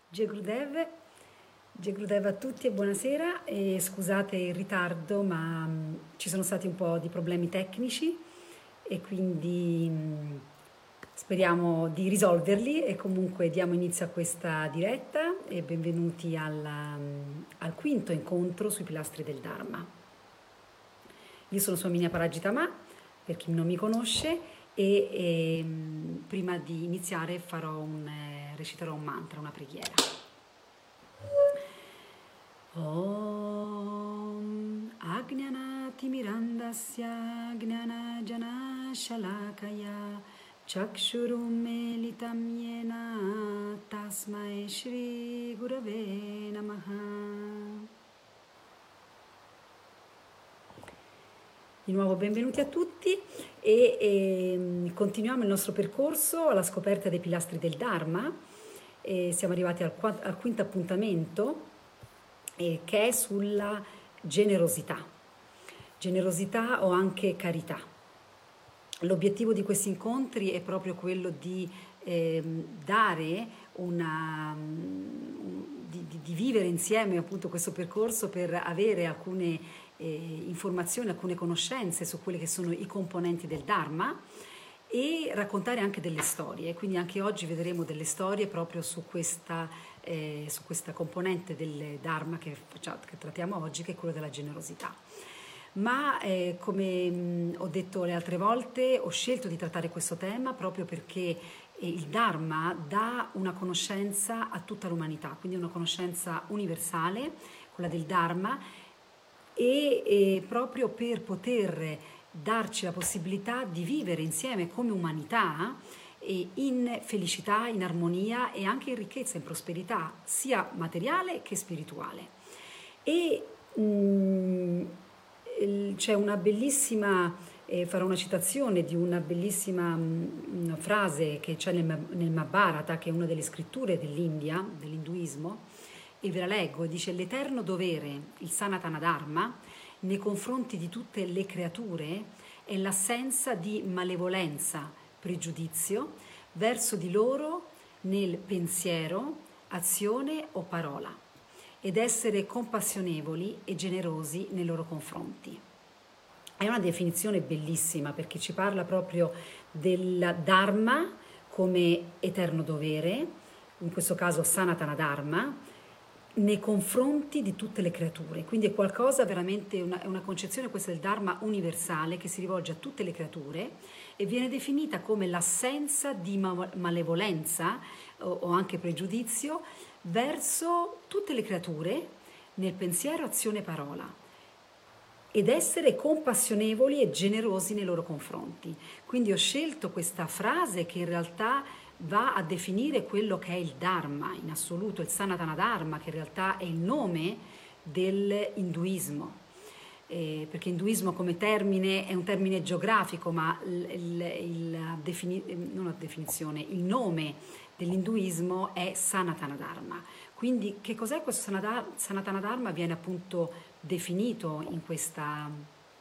Jai Gurudev, Jai Gurudev a tutti e buonasera e scusate il ritardo ma ci sono stati un po' di problemi tecnici e quindi speriamo di risolverli e comunque diamo inizio a questa diretta e benvenuti al quinto incontro sui pilastri del Dharma. Io sono Swamini Parajitama, per chi non mi conosce, e prima di iniziare reciterò un mantra, una preghiera. Om Ajnanaatimirandasya Gnanajana Shalakaya Chakshurum Melitam Yena Tasmai Shri Gurave Namaha. Di nuovo benvenuti a tutti e continuiamo il nostro percorso alla scoperta dei pilastri del Dharma. Siamo arrivati al quinto appuntamento che è sulla generosità o anche carità. L'obiettivo di questi incontri è proprio quello di dare di vivere insieme appunto questo percorso per avere alcune informazioni, alcune conoscenze su quelli che sono i componenti del Dharma e raccontare anche delle storie. Quindi anche oggi vedremo delle storie proprio su questa componente del Dharma che trattiamo oggi, che è quello della generosità. Ma come ho detto le altre volte, ho scelto di trattare questo tema proprio perché il Dharma dà una conoscenza a tutta l'umanità, quindi una conoscenza universale, quella del Dharma, e proprio per poter darci la possibilità di vivere insieme come umanità in felicità, in armonia e anche in ricchezza, in prosperità, sia materiale che spirituale. E c'è una bellissima, farò una citazione di una bellissima frase che c'è nel Mahabharata, che è una delle scritture dell'India, dell'induismo, e ve la leggo, dice: l'eterno dovere, il Sanatana Dharma, nei confronti di tutte le creature è l'assenza di malevolenza, pregiudizio verso di loro nel pensiero, azione o parola, ed essere compassionevoli e generosi nei loro confronti. È una definizione bellissima perché ci parla proprio del Dharma come eterno dovere, in questo caso Sanatana Dharma, nei confronti di tutte le creature. Quindi è qualcosa veramente, una concezione questa del Dharma universale che si rivolge a tutte le creature e viene definita come l'assenza di malevolenza o anche pregiudizio verso tutte le creature nel pensiero, azione e parola, ed essere compassionevoli e generosi nei loro confronti. Quindi ho scelto questa frase che in realtà va a definire quello che è il Dharma in assoluto, il Sanatana Dharma, che in realtà è il nome dell'induismo, perché induismo come termine è un termine geografico, ma non la definizione, il nome dell'induismo è Sanatana Dharma. Quindi che cos'è questo Sanatana Dharma? Viene appunto definito in questa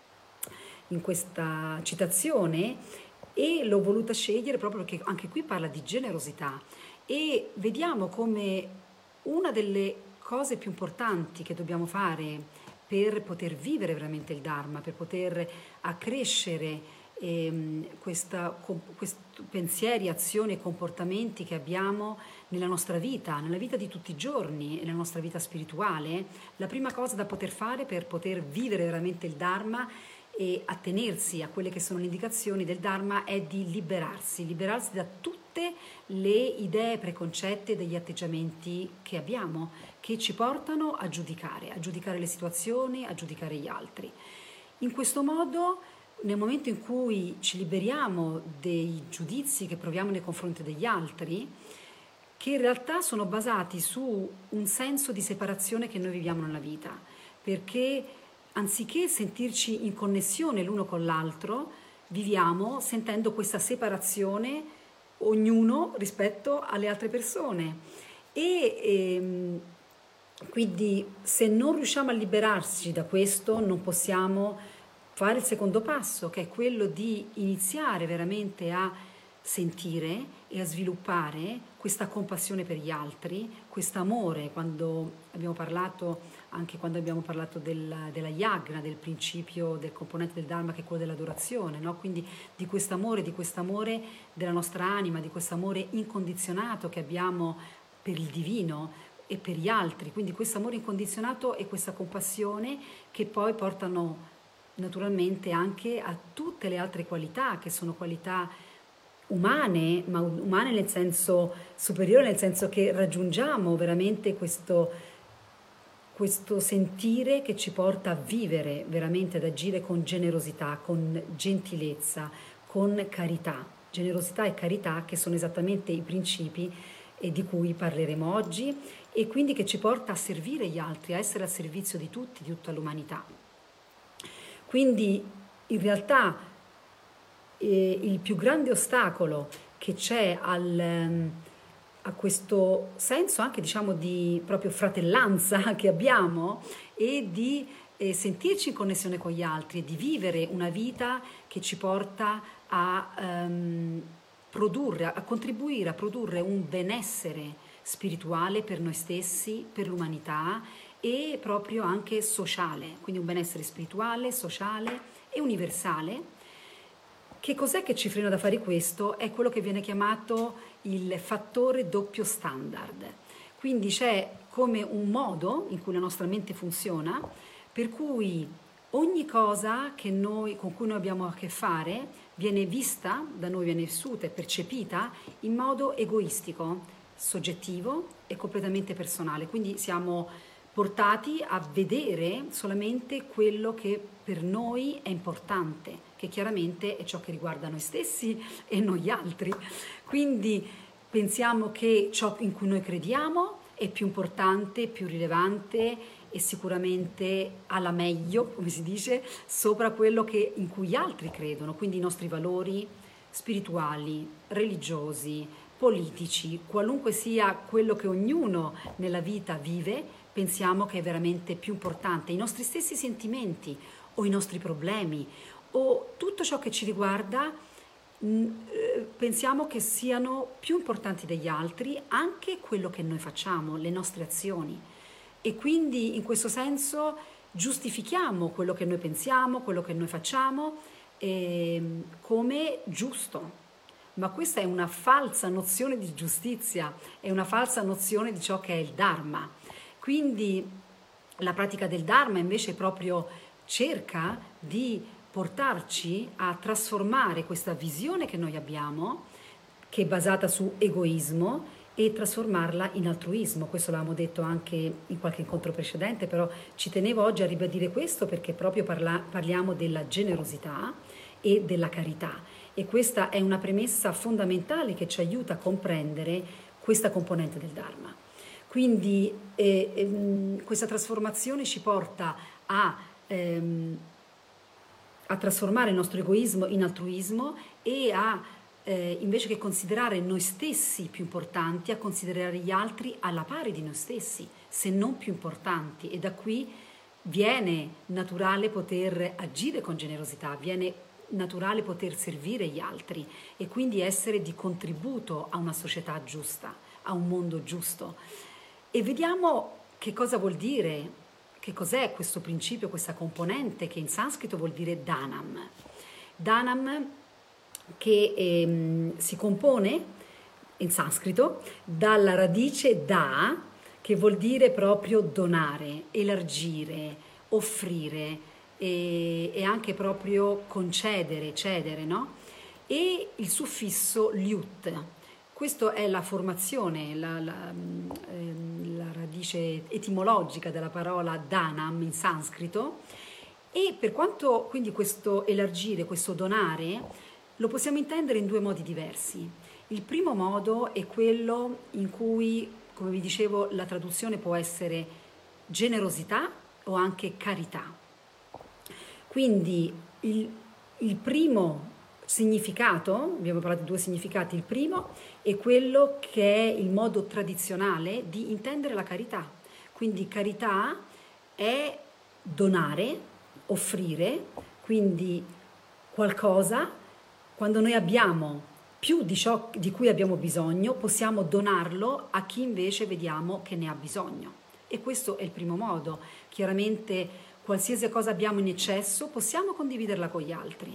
citazione, e l'ho voluta scegliere proprio perché anche qui parla di generosità e vediamo come una delle cose più importanti che dobbiamo fare per poter vivere veramente il Dharma, per poter accrescere questi pensieri, azioni e comportamenti che abbiamo nella nostra vita di tutti i giorni e nella nostra vita spirituale, la prima cosa da poter fare per poter vivere veramente il Dharma e attenersi a quelle che sono le indicazioni del Dharma è di liberarsi da tutte le idee preconcette, degli atteggiamenti che abbiamo, che ci portano a giudicare le situazioni, a giudicare gli altri. In questo modo, nel momento in cui ci liberiamo dei giudizi che proviamo nei confronti degli altri, che in realtà sono basati su un senso di separazione che noi viviamo nella vita, perché anziché sentirci in connessione l'uno con l'altro, viviamo sentendo questa separazione, ognuno rispetto alle altre persone. Quindi se non riusciamo a liberarci da questo, non possiamo fare il secondo passo, che è quello di iniziare veramente a sentire e a sviluppare questa compassione per gli altri, questo amore. Quando abbiamo parlato, anche quando abbiamo parlato della yagna, del principio, del componente del Dharma che è quello dell'adorazione, no? Quindi di questo amore della nostra anima, di questo amore incondizionato che abbiamo per il divino e per gli altri, quindi questo amore incondizionato e questa compassione che poi portano naturalmente anche a tutte le altre qualità, che sono qualità umane, ma umane nel senso superiore, nel senso che raggiungiamo veramente questo sentire che ci porta a vivere veramente, ad agire con generosità, con gentilezza, con carità. Generosità e carità che sono esattamente i principi di cui parleremo oggi e quindi che ci porta a servire gli altri, a essere al servizio di tutti, di tutta l'umanità. Quindi in realtà il più grande ostacolo che c'è a questo senso anche diciamo di proprio fratellanza che abbiamo e di sentirci in connessione con gli altri e di vivere una vita che ci porta a produrre, a contribuire a produrre un benessere spirituale per noi stessi, per l'umanità e proprio anche sociale, quindi un benessere spirituale, sociale e universale. Che cos'è che ci frena da fare questo? È quello che viene chiamato il fattore doppio standard. Quindi c'è come un modo in cui la nostra mente funziona, per cui ogni cosa con cui noi abbiamo a che fare viene vista da noi, viene vissuta e percepita in modo egoistico, soggettivo e completamente personale. Quindi siamo portati a vedere solamente quello che per noi è importante, che chiaramente è ciò che riguarda noi stessi e non gli altri. Quindi pensiamo che ciò in cui noi crediamo è più importante, più rilevante e sicuramente alla meglio, come si dice, sopra quello in cui gli altri credono, quindi i nostri valori spirituali, religiosi, politici, qualunque sia quello che ognuno nella vita vive, pensiamo che è veramente più importante i nostri stessi sentimenti o i nostri problemi o tutto ciò che ci riguarda, pensiamo che siano più importanti degli altri, anche quello che noi facciamo, le nostre azioni. E quindi in questo senso giustifichiamo quello che noi pensiamo, quello che noi facciamo come giusto. Ma questa è una falsa nozione di giustizia, è una falsa nozione di ciò che è il Dharma. Quindi la pratica del Dharma invece proprio cerca di portarci a trasformare questa visione che noi abbiamo, che è basata su egoismo, e trasformarla in altruismo. Questo l'avevamo detto anche in qualche incontro precedente, però ci tenevo oggi a ribadire questo perché proprio parliamo della generosità e della carità. E questa è una premessa fondamentale che ci aiuta a comprendere questa componente del Dharma. Quindi questa trasformazione ci porta a trasformare il nostro egoismo in altruismo e invece che considerare noi stessi più importanti, a considerare gli altri alla pari di noi stessi, se non più importanti. E da qui viene naturale poter agire con generosità, viene naturale poter servire gli altri e quindi essere di contributo a una società giusta, a un mondo giusto. E vediamo che cosa vuol dire, che cos'è questo principio, questa componente che in sanscrito vuol dire Dhanam. Dhanam che si compone in sanscrito dalla radice da, che vuol dire proprio donare, elargire, offrire e anche proprio concedere, cedere, no? E il suffisso liut. Questa è la formazione, la radice etimologica della parola dhanam in sanscrito. E per quanto quindi questo elargire, questo donare, lo possiamo intendere in due modi diversi. Il primo modo è quello in cui, come vi dicevo, la traduzione può essere generosità o anche carità. Quindi il primo significato, abbiamo parlato di due significati, il primo è quello che è il modo tradizionale di intendere la carità. Quindi carità è donare, offrire, quindi qualcosa. Quando noi abbiamo più di ciò di cui abbiamo bisogno, possiamo donarlo a chi invece vediamo che ne ha bisogno. E questo è il primo modo. Chiaramente qualsiasi cosa abbiamo in eccesso possiamo condividerla con gli altri.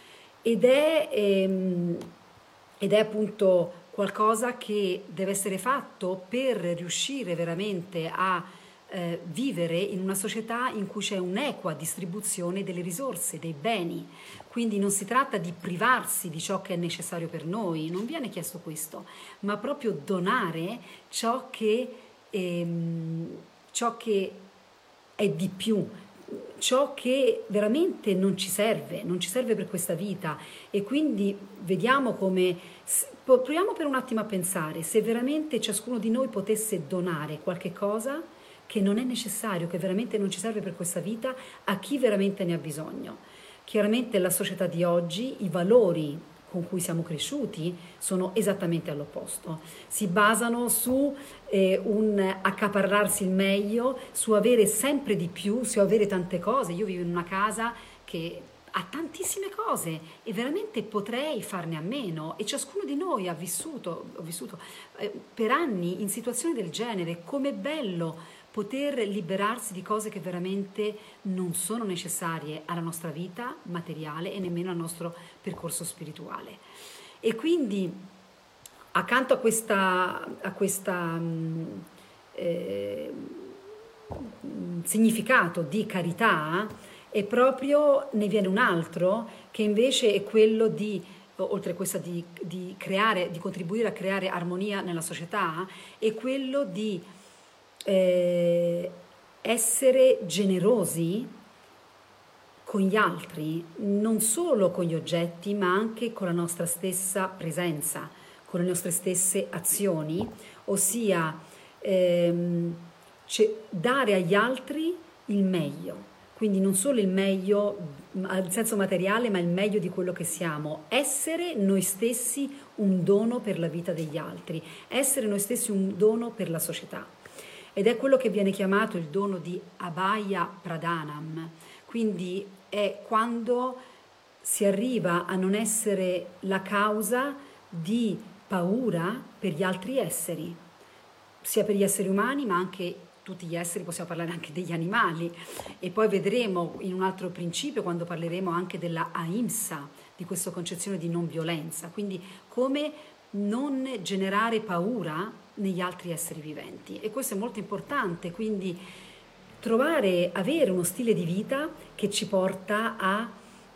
Ed è appunto qualcosa che deve essere fatto per riuscire veramente a vivere in una società in cui c'è un'equa distribuzione delle risorse, dei beni. Quindi non si tratta di privarsi di ciò che è necessario per noi, non viene chiesto questo, ma proprio donare ciò che è di più, ciò che veramente non ci serve per questa vita. E quindi vediamo come, proviamo per un attimo a pensare, se veramente ciascuno di noi potesse donare qualche cosa che non è necessario, che veramente non ci serve per questa vita, a chi veramente ne ha bisogno. Chiaramente la società di oggi, i valori con cui siamo cresciuti sono esattamente all'opposto. Si basano su un accaparrarsi il meglio, su avere sempre di più, su avere tante cose. Io vivo in una casa che ha tantissime cose e veramente potrei farne a meno, e ciascuno di noi ho vissuto per anni in situazioni del genere. Com'è bello poter liberarsi di cose che veramente non sono necessarie alla nostra vita materiale e nemmeno al nostro percorso spirituale. E quindi accanto a questa significato di carità, e proprio ne viene un altro che invece è quello di, oltre a questa di creare, di contribuire a creare armonia nella società, è quello di essere generosi con gli altri, non solo con gli oggetti, ma anche con la nostra stessa presenza, con le nostre stesse azioni, ossia dare agli altri il meglio. Quindi non solo il meglio al senso materiale, ma il meglio di quello che siamo. Essere noi stessi un dono per la vita degli altri, essere noi stessi un dono per la società. Ed è quello che viene chiamato il dono di Abhaya Pradhanam. Quindi è quando si arriva a non essere la causa di paura per gli altri esseri, sia per gli esseri umani, ma anche tutti gli esseri, possiamo parlare anche degli animali. E poi vedremo in un altro principio, quando parleremo anche della ahimsa, di questa concezione di non violenza, quindi come non generare paura negli altri esseri viventi. E questo è molto importante, quindi avere uno stile di vita che ci porta a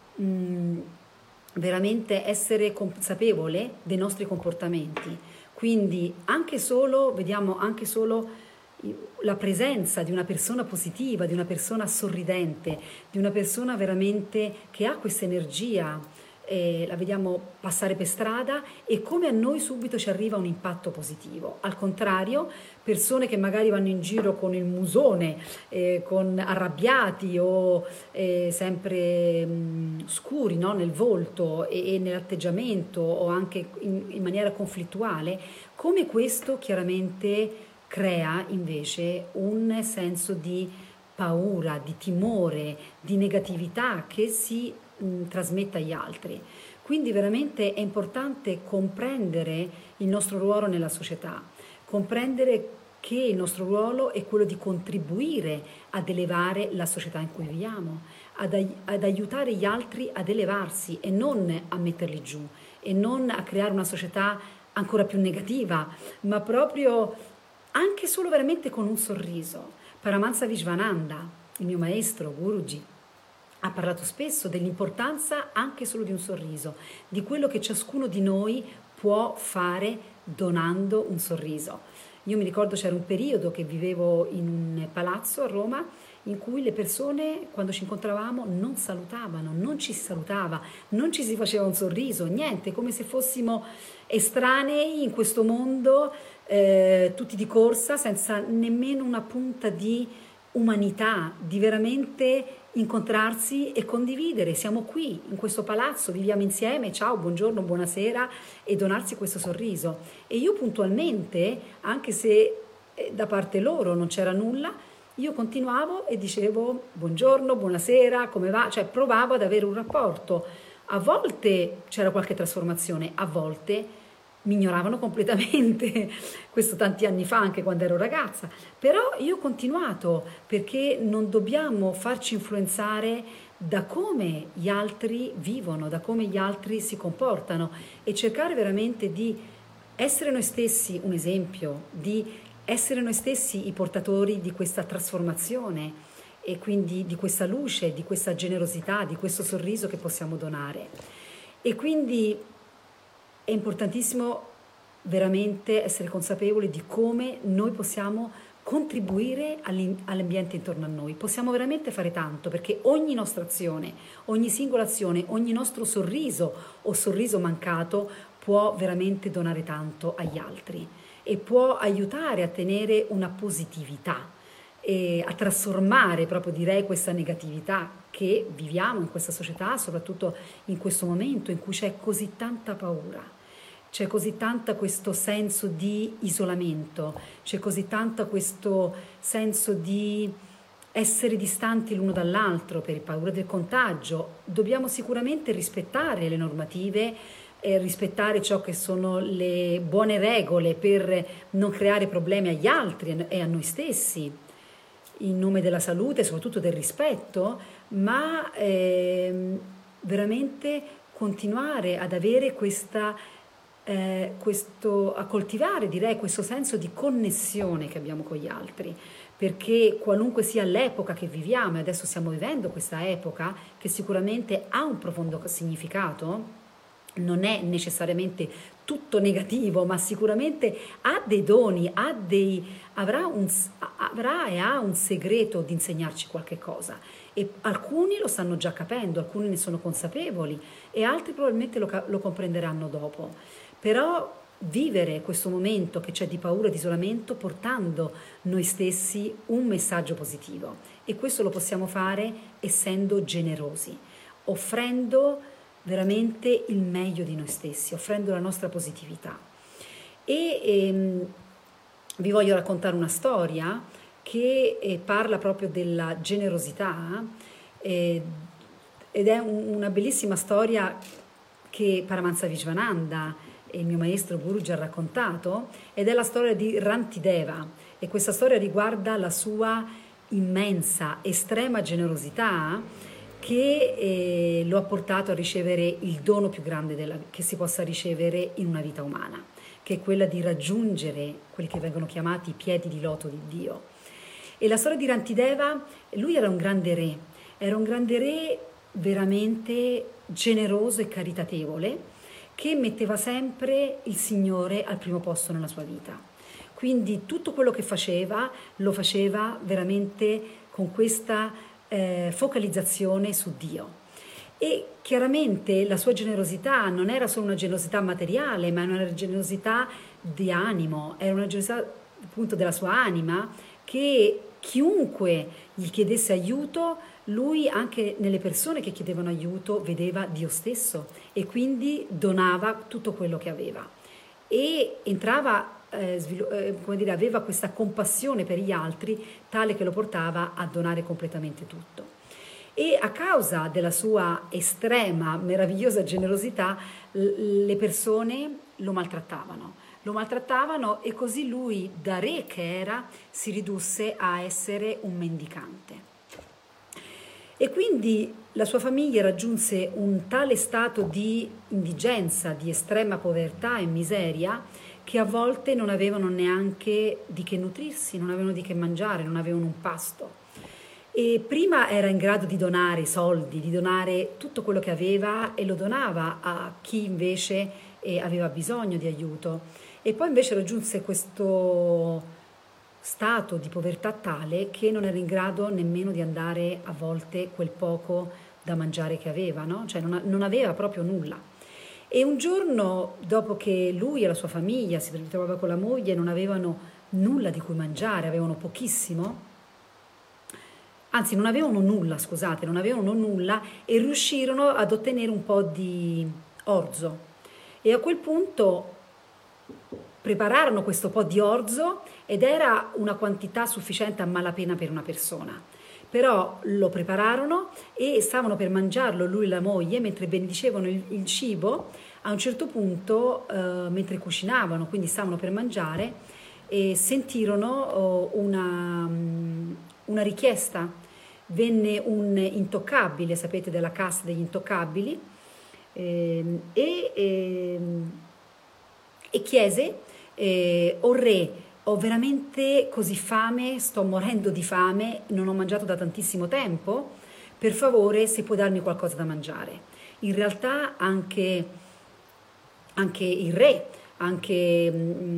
veramente essere consapevole dei nostri comportamenti. Quindi vediamo anche solo la presenza di una persona positiva, di una persona sorridente, di una persona veramente che ha questa energia, la vediamo passare per strada e come a noi subito ci arriva un impatto positivo. Al contrario, persone che magari vanno in giro con il musone, arrabbiati o sempre scuri, no? Nel volto e nell'atteggiamento, o anche in maniera conflittuale, come questo chiaramente crea invece un senso di paura, di timore, di negatività che si trasmette agli altri. Quindi veramente è importante comprendere il nostro ruolo nella società, comprendere che il nostro ruolo è quello di contribuire ad elevare la società in cui viviamo, ad aiutare gli altri ad elevarsi e non a metterli giù, e non a creare una società ancora più negativa, ma proprio anche solo veramente con un sorriso. Paramahansa Vishwananda, il mio maestro, Guruji, ha parlato spesso dell'importanza anche solo di un sorriso, di quello che ciascuno di noi può fare donando un sorriso. Io mi ricordo c'era un periodo che vivevo in un palazzo a Roma in cui le persone quando ci incontravamo non salutavano, non ci si salutava, non ci si faceva un sorriso, niente, come se fossimo estranei in questo mondo, tutti di corsa, senza nemmeno una punta di umanità, di veramente incontrarsi e condividere. Siamo qui in questo palazzo, viviamo insieme, ciao, buongiorno, buonasera, e donarsi questo sorriso. E io puntualmente, anche se da parte loro non c'era nulla, io continuavo e dicevo buongiorno, buonasera, come va? Cioè provavo ad avere un rapporto. A volte c'era qualche trasformazione, a volte mi ignoravano completamente, questo tanti anni fa, anche quando ero ragazza, però io ho continuato perché non dobbiamo farci influenzare da come gli altri vivono, da come gli altri si comportano e cercare veramente di essere noi stessi un esempio, di essere noi stessi i portatori di questa trasformazione e quindi di questa luce, di questa generosità, di questo sorriso che possiamo donare. E quindi è importantissimo veramente essere consapevoli di come noi possiamo contribuire all'ambiente intorno a noi. Possiamo veramente fare tanto perché ogni nostra azione, ogni singola azione, ogni nostro sorriso o sorriso mancato può veramente donare tanto agli altri e può aiutare a tenere una positività e a trasformare proprio direi questa negatività che viviamo in questa società, soprattutto in questo momento in cui c'è così tanta paura. C'è così tanta questo senso di isolamento, c'è così tanto questo senso di essere distanti l'uno dall'altro per paura del contagio. Dobbiamo sicuramente rispettare le normative, rispettare ciò che sono le buone regole per non creare problemi agli altri e a noi stessi, in nome della salute e soprattutto del rispetto, ma veramente continuare ad avere a coltivare, direi, questo senso di connessione che abbiamo con gli altri, perché qualunque sia l'epoca che viviamo, e adesso stiamo vivendo questa epoca che sicuramente ha un profondo significato, non è necessariamente tutto negativo, ma sicuramente ha dei doni, avrà e ha un segreto di insegnarci qualche cosa. E alcuni lo stanno già capendo, alcuni ne sono consapevoli e altri probabilmente lo comprenderanno dopo. Però vivere questo momento che c'è di paura e di isolamento portando noi stessi un messaggio positivo e questo lo possiamo fare essendo generosi, offrendo veramente il meglio di noi stessi, offrendo la nostra positività. Vi voglio raccontare una storia che parla proprio della generosità ed è una bellissima storia che Paramahansa Vishwananda, il mio maestro Guru, ci ha raccontato, ed è la storia di Rantideva e questa storia riguarda la sua immensa, estrema generosità che lo ha portato a ricevere il dono più grande che si possa ricevere in una vita umana, che è quella di raggiungere quelli che vengono chiamati i piedi di loto di Dio. E la storia di Rantideva, lui era un grande re veramente generoso e caritatevole, che metteva sempre il Signore al primo posto nella sua vita. Quindi tutto quello che faceva, lo faceva veramente con questa focalizzazione su Dio. E chiaramente la sua generosità non era solo una generosità materiale, ma una generosità di animo, era una generosità appunto della sua anima, che chiunque gli chiedesse aiuto, lui anche nelle persone che chiedevano aiuto vedeva Dio stesso e quindi donava tutto quello che aveva e entrava, aveva questa compassione per gli altri tale che lo portava a donare completamente tutto. E a causa della sua estrema, meravigliosa generosità, le persone lo maltrattavano e così lui, da re che era, si ridusse a essere un mendicante. E quindi la sua famiglia raggiunse un tale stato di indigenza, di estrema povertà e miseria, che a volte non avevano neanche di che nutrirsi, non avevano di che mangiare, non avevano un pasto. E prima era in grado di donare soldi, di donare tutto quello che aveva e lo donava a chi invece aveva bisogno di aiuto. E poi invece raggiunse questo stato di povertà tale che non era in grado nemmeno di andare a volte quel poco da mangiare che aveva, no? Cioè non aveva proprio nulla. E un giorno, dopo che lui e la sua famiglia si ritrovava con la moglie, non avevano nulla di cui mangiare, avevano pochissimo, anzi non avevano nulla e riuscirono ad ottenere un po' di orzo. E a quel punto prepararono questo po' di orzo ed era una quantità sufficiente a malapena per una persona. però lo prepararono e stavano per mangiarlo lui e la moglie mentre benedicevano il cibo. A un certo punto, mentre cucinavano, quindi stavano per mangiare, sentirono una richiesta. Venne un intoccabile, sapete, della casta degli intoccabili, e, e chiese, o re, ho veramente così fame, sto morendo di fame, non ho mangiato da tantissimo tempo, per favore se puoi darmi qualcosa da mangiare. In realtà anche il re, anche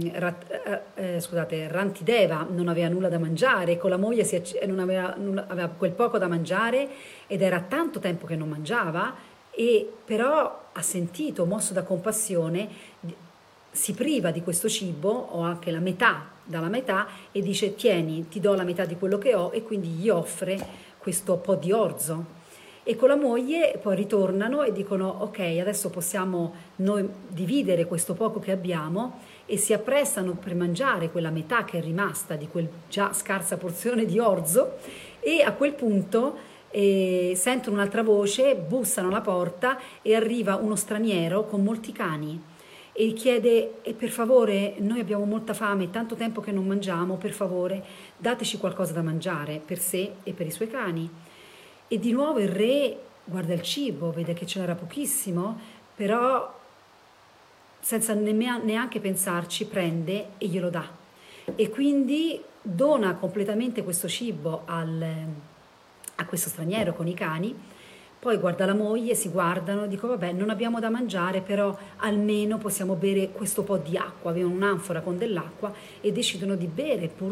scusate, Rantideva non aveva nulla da mangiare, con la moglie non aveva quel poco da mangiare ed era tanto tempo che non mangiava, e però ha sentito, mosso da compassione, si priva di questo cibo, o anche la metà, dalla metà, e dice tieni, ti do la metà di quello che ho, e quindi gli offre questo po' di orzo. E con la moglie poi ritornano e dicono ok, adesso possiamo noi dividere questo poco che abbiamo, e si apprestano per mangiare quella metà che è rimasta di quel già scarsa porzione di orzo, e a quel punto sentono un'altra voce, bussano alla porta e arriva uno straniero con molti cani e chiede e per favore, noi abbiamo molta fame, tanto tempo che non mangiamo, per favore dateci qualcosa da mangiare per sé e per i suoi cani. E di nuovo il re guarda il cibo, vede che ce n'era pochissimo, però senza neanche pensarci prende e glielo dà. E quindi dona completamente questo cibo a questo straniero con i cani. Poi guarda la moglie, si guardano, dico vabbè, non abbiamo da mangiare, però almeno possiamo bere questo po' di acqua. Avevano un'anfora con dell'acqua e decidono di bere pur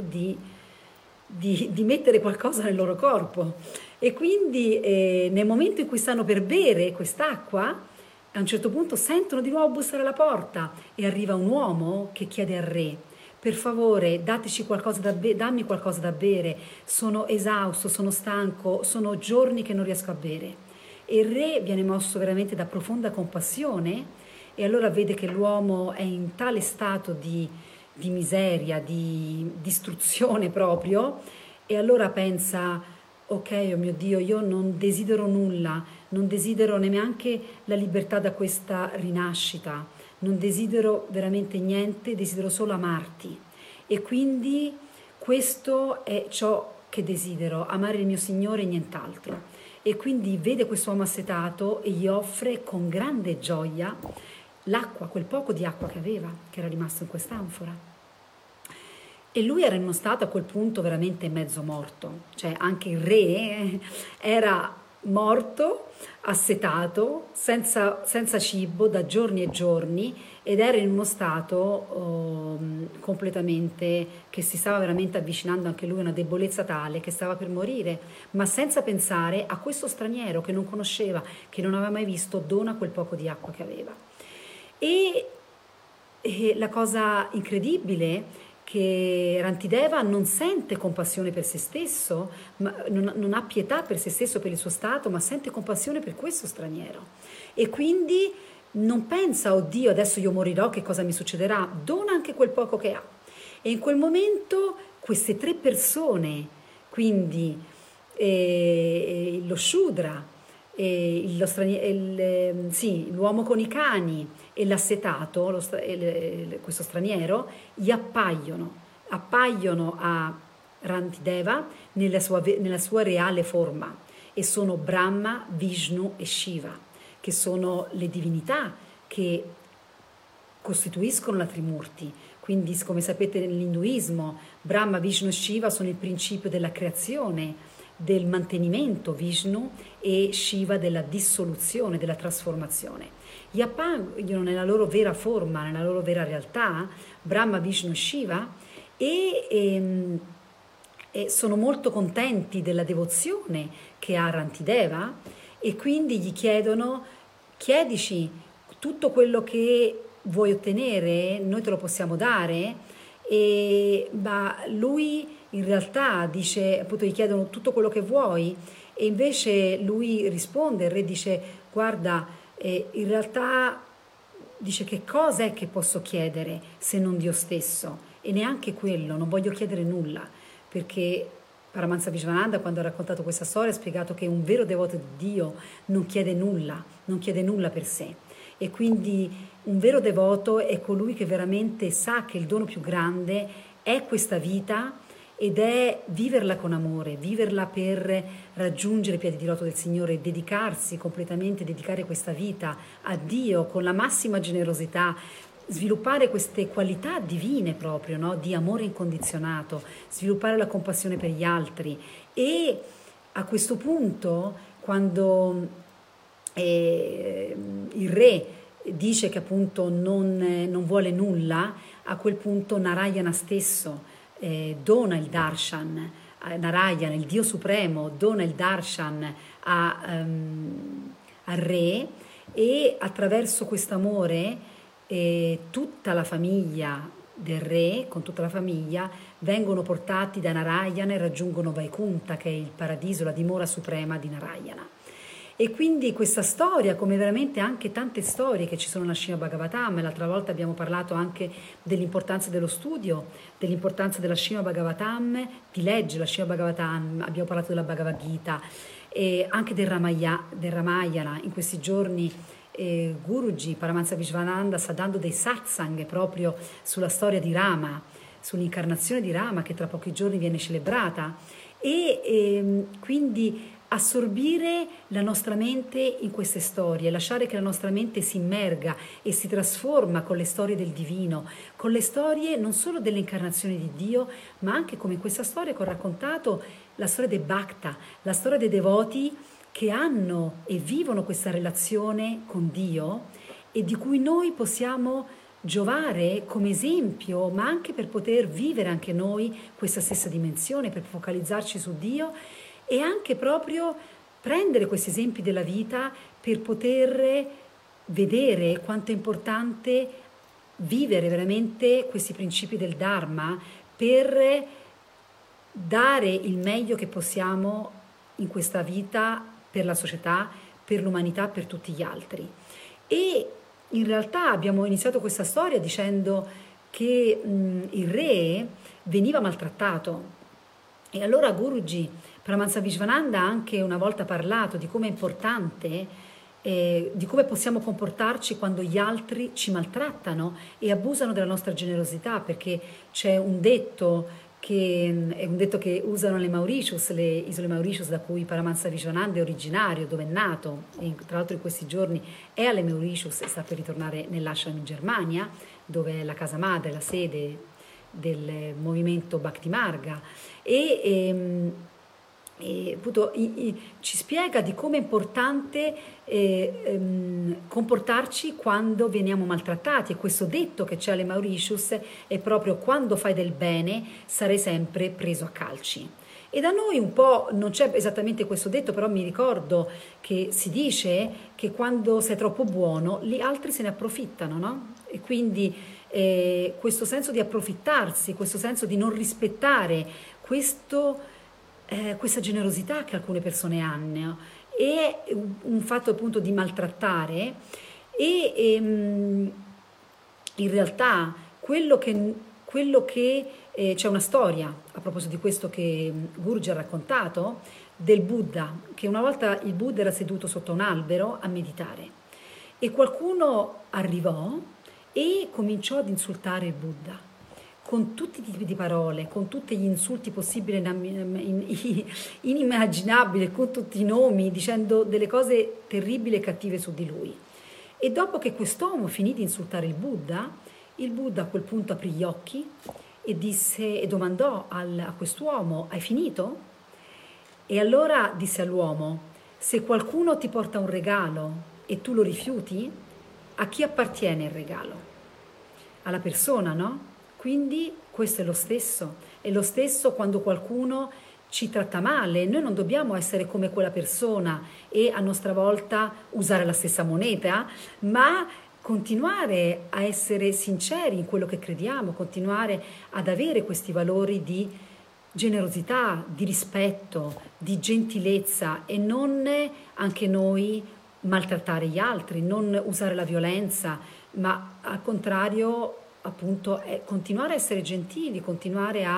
di mettere qualcosa nel loro corpo. E quindi nel momento in cui stanno per bere quest'acqua, a un certo punto sentono di nuovo bussare alla porta e arriva un uomo che chiede al re: per favore dateci qualcosa dammi qualcosa da bere, sono esausto, sono stanco, sono giorni che non riesco a bere. E il re viene mosso veramente da profonda compassione, e allora vede che l'uomo è in tale stato di miseria, di distruzione proprio, e allora pensa ok, oh mio Dio, io non desidero nulla, non desidero neanche la libertà da questa rinascita, non desidero veramente niente, desidero solo amarti. E quindi questo è ciò che desidero, amare il mio Signore e nient'altro. E quindi vede quest'uomo assetato e gli offre con grande gioia l'acqua, quel poco di acqua che aveva, che era rimasto in quest'anfora. E lui era in uno stato a quel punto veramente mezzo morto, cioè anche il re era morto, assetato, senza cibo da giorni e giorni, ed era in uno stato completamente, che si stava veramente avvicinando anche lui a una debolezza tale che stava per morire, ma senza pensare a questo straniero che non conosceva, che non aveva mai visto, dona quel poco di acqua che aveva. E la cosa incredibile che Rantideva non sente compassione per se stesso, ma non ha pietà per se stesso, per il suo stato, ma sente compassione per questo straniero. E quindi non pensa, oddio, adesso io morirò, che cosa mi succederà? Dona anche quel poco che ha. E in quel momento queste tre persone, quindi lo Shudra, l'uomo con i cani e l'assetato, questo straniero, gli appaiono a Rantideva nella sua reale forma, e sono Brahma, Vishnu e Shiva, che sono le divinità che costituiscono la Trimurti. Quindi, come sapete, nell'induismo Brahma, Vishnu e Shiva sono il principio della creazione, del mantenimento, Vishnu, e Shiva della dissoluzione, della trasformazione. Gli appaiono nella loro vera forma, nella loro vera realtà, Brahma, Vishnu e Shiva, e sono molto contenti della devozione che ha Rantideva, e quindi gli chiedono: chiedici tutto quello che vuoi ottenere, noi te lo possiamo dare. Ma lui in realtà dice, appunto gli chiedono tutto quello che vuoi, e invece lui risponde, il re dice: guarda, in realtà, dice, che cosa è che posso chiedere se non Dio stesso? E neanche quello, non voglio chiedere nulla, perché Paramahansa Vishwananda, quando ha raccontato questa storia, ha spiegato che un vero devoto di Dio non chiede nulla per sé. E quindi un vero devoto è colui che veramente sa che il dono più grande è questa vita ed è viverla con amore, viverla per raggiungere i piedi di loto del Signore, dedicarsi completamente, dedicare questa vita a Dio con la massima generosità, sviluppare queste qualità divine proprio, no? Di amore incondizionato, sviluppare la compassione per gli altri. E a questo punto, quando il re dice che appunto non vuole nulla, a quel punto Narayana stesso dona il darshan, Narayana, il Dio Supremo, dona il darshan al re, e attraverso quest'amore tutta la famiglia del re, con tutta la famiglia, vengono portati da Narayana e raggiungono Vaikuntha, che è il paradiso, la dimora suprema di Narayana. E quindi questa storia, come veramente anche tante storie che ci sono nella Srimad Bhagavatam, l'altra volta abbiamo parlato anche dell'importanza dello studio, dell'importanza della Srimad Bhagavatam, di leggere la Srimad Bhagavatam, abbiamo parlato della Bhagavad Gita, e anche del Ramayana. In questi giorni Guruji, Paramahansa Vishwananda, sta dando dei satsang proprio sulla storia di Rama, sull'incarnazione di Rama, che tra pochi giorni viene celebrata, e quindi assorbire la nostra mente in queste storie, lasciare che la nostra mente si immerga e si trasforma con le storie del divino, con le storie non solo delle incarnazioni di Dio, ma anche come in questa storia che ho raccontato, la storia dei Bhakta, la storia dei devoti che hanno e vivono questa relazione con Dio e di cui noi possiamo giovare come esempio, ma anche per poter vivere anche noi questa stessa dimensione, per focalizzarci su Dio e anche proprio prendere questi esempi della vita per poter vedere quanto è importante vivere veramente questi principi del Dharma per dare il meglio che possiamo in questa vita per la società, per l'umanità, per tutti gli altri. E in realtà abbiamo iniziato questa storia dicendo che il re veniva maltrattato, e allora Guruji Paramahansa Vishwananda ha anche una volta parlato di come è importante, di come possiamo comportarci quando gli altri ci maltrattano e abusano della nostra generosità, perché c'è un detto che è un detto che usano le Mauritius, le isole Mauritius da cui Paramahansa Vishwananda è originario, dove è nato, e tra l'altro in questi giorni è alle Mauritius e sta per ritornare nell'ashram in Germania, dove è la casa madre, la sede del movimento Bhakti Marga, e appunto ci spiega di come è importante comportarci quando veniamo maltrattati, e questo detto che c'è alle Mauritius è proprio: quando fai del bene sarai sempre preso a calci. E da noi un po' non c'è esattamente questo detto, però mi ricordo che si dice che quando sei troppo buono gli altri se ne approfittano, no? E quindi questo senso di approfittarsi, questo senso di non rispettare questa generosità che alcune persone hanno, e un fatto appunto di maltrattare, e in realtà quello che c'è una storia a proposito di questo che Guruji ha raccontato del Buddha, che una volta il Buddha era seduto sotto un albero a meditare e qualcuno arrivò e cominciò ad insultare il Buddha con tutti i tipi di parole, con tutti gli insulti possibili e inimmaginabili, con tutti i nomi, dicendo delle cose terribili e cattive su di lui. E dopo che quest'uomo finì di insultare il Buddha a quel punto aprì gli occhi e domandò a quest'uomo: hai finito? E allora disse all'uomo: se qualcuno ti porta un regalo e tu lo rifiuti, a chi appartiene il regalo? Alla persona, no? Quindi questo è lo stesso quando qualcuno ci tratta male. Noi non dobbiamo essere come quella persona e a nostra volta usare la stessa moneta, ma continuare a essere sinceri in quello che crediamo, continuare ad avere questi valori di generosità, di rispetto, di gentilezza, e non anche noi maltrattare gli altri, non usare la violenza, ma al contrario appunto continuare a essere gentili, continuare a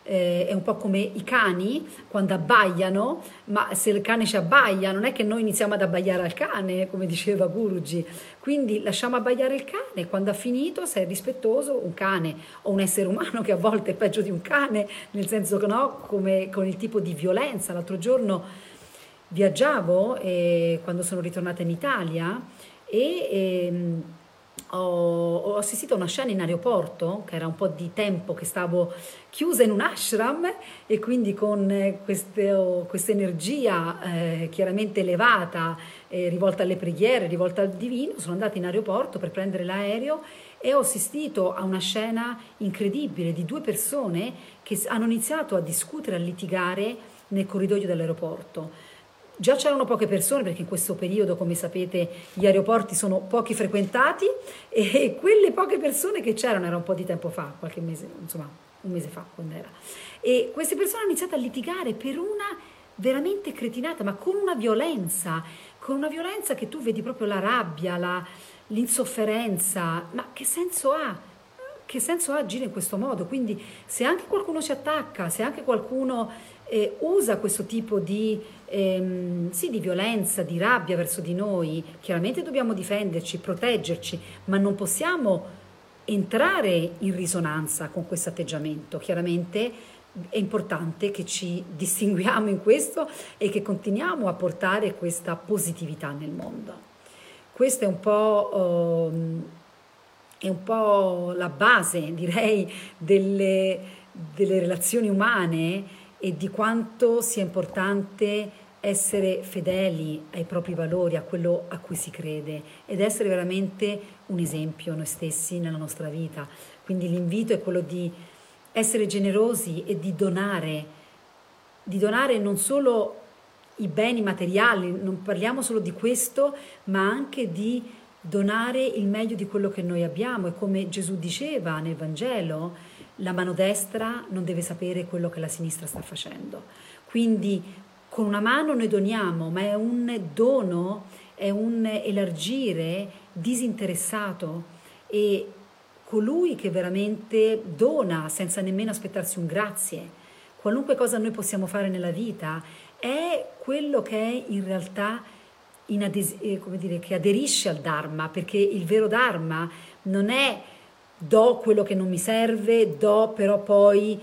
è un po' come i cani quando abbaiano, ma se il cane ci abbaia non è che noi iniziamo ad abbaiare al cane, come diceva Guruji, quindi lasciamo abbaiare il cane, quando ha finito sei rispettoso, un cane o un essere umano che a volte è peggio di un cane, nel senso che no, come con il tipo di violenza. L'altro giorno viaggiavo quando sono ritornata in Italia e ho assistito a una scena in aeroporto, che era un po' di tempo che stavo chiusa in un ashram e quindi con questa energia chiaramente elevata, rivolta alle preghiere, rivolta al divino, sono andata in aeroporto per prendere l'aereo e ho assistito a una scena incredibile di due persone che hanno iniziato a discutere, a litigare nel corridoio dell'aeroporto. Già c'erano poche persone perché in questo periodo, come sapete, gli aeroporti sono pochi frequentati e quelle poche persone che c'erano, era un po' di tempo fa, qualche mese, insomma, un mese fa quando era. E queste persone hanno iniziato a litigare per una veramente cretinata, ma con una violenza che tu vedi proprio la rabbia, l'insofferenza. Ma che senso ha? Che senso ha agire in questo modo? Quindi se anche qualcuno ci attacca, se anche qualcuno usa questo tipo sì, di violenza, di rabbia verso di noi, chiaramente dobbiamo difenderci, proteggerci, ma non possiamo entrare in risonanza con questo atteggiamento. Chiaramente è importante che ci distinguiamo in questo e che continuiamo a portare questa positività nel mondo. Questo è un po' la base, direi, delle relazioni umane e di quanto sia importante essere fedeli ai propri valori, a quello a cui si crede ed essere veramente un esempio noi stessi nella nostra vita. Quindi l'invito è quello di essere generosi e di donare non solo i beni materiali, non parliamo solo di questo, ma anche di donare il meglio di quello che noi abbiamo. E come Gesù diceva nel Vangelo, la mano destra non deve sapere quello che la sinistra sta facendo. Quindi con una mano noi doniamo, ma è un dono, è un elargire disinteressato, e colui che veramente dona senza nemmeno aspettarsi un grazie, qualunque cosa noi possiamo fare nella vita, è quello che è in realtà come dire, che aderisce al Dharma, perché il vero Dharma non è do quello che non mi serve, do però poi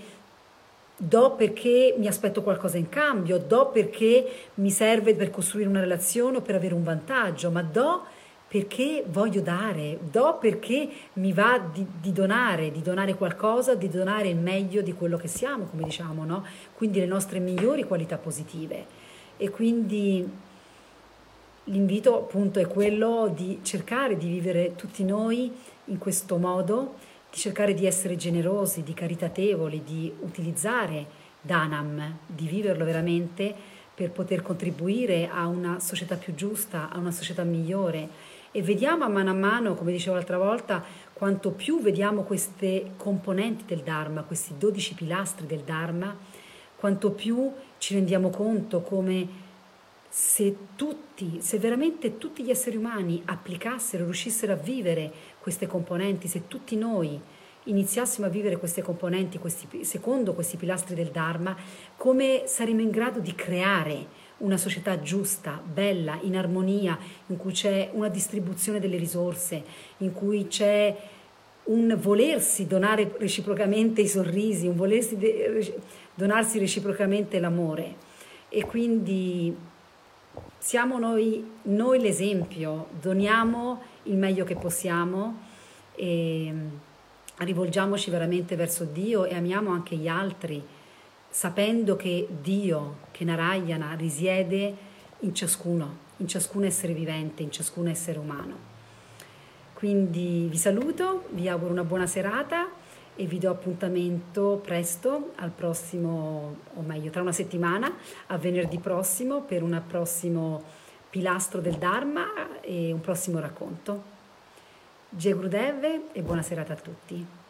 do perché mi aspetto qualcosa in cambio, do perché mi serve per costruire una relazione o per avere un vantaggio, ma do perché voglio dare, do perché mi va di donare qualcosa, di donare il meglio di quello che siamo, come diciamo, no? Quindi le nostre migliori qualità positive. E quindi l'invito appunto è quello di cercare di vivere tutti noi in questo modo, di cercare di essere generosi, di caritatevoli, di utilizzare Dhanam, di viverlo veramente per poter contribuire a una società più giusta, a una società migliore. E vediamo a mano, come dicevo l'altra volta, quanto più vediamo queste componenti del Dharma, questi 12 pilastri del Dharma, quanto più ci rendiamo conto come se veramente tutti gli esseri umani applicassero, riuscissero a vivere queste componenti, se tutti noi iniziassimo a vivere queste componenti secondo questi pilastri del Dharma, come saremo in grado di creare una società giusta, bella, in armonia, in cui c'è una distribuzione delle risorse, in cui c'è un volersi donare reciprocamente i sorrisi, un volersi donarsi reciprocamente l'amore. E quindi siamo noi l'esempio, doniamo il meglio che possiamo e rivolgiamoci veramente verso Dio e amiamo anche gli altri, sapendo che Dio, che Narayana, risiede in ciascun essere vivente, in ciascun essere umano. Quindi vi saluto, vi auguro una buona serata e vi do appuntamento presto al prossimo, o meglio tra una settimana, a venerdì prossimo, per un prossimo pilastro del Dharma e un prossimo racconto. Jai Gurudev e buona serata a tutti.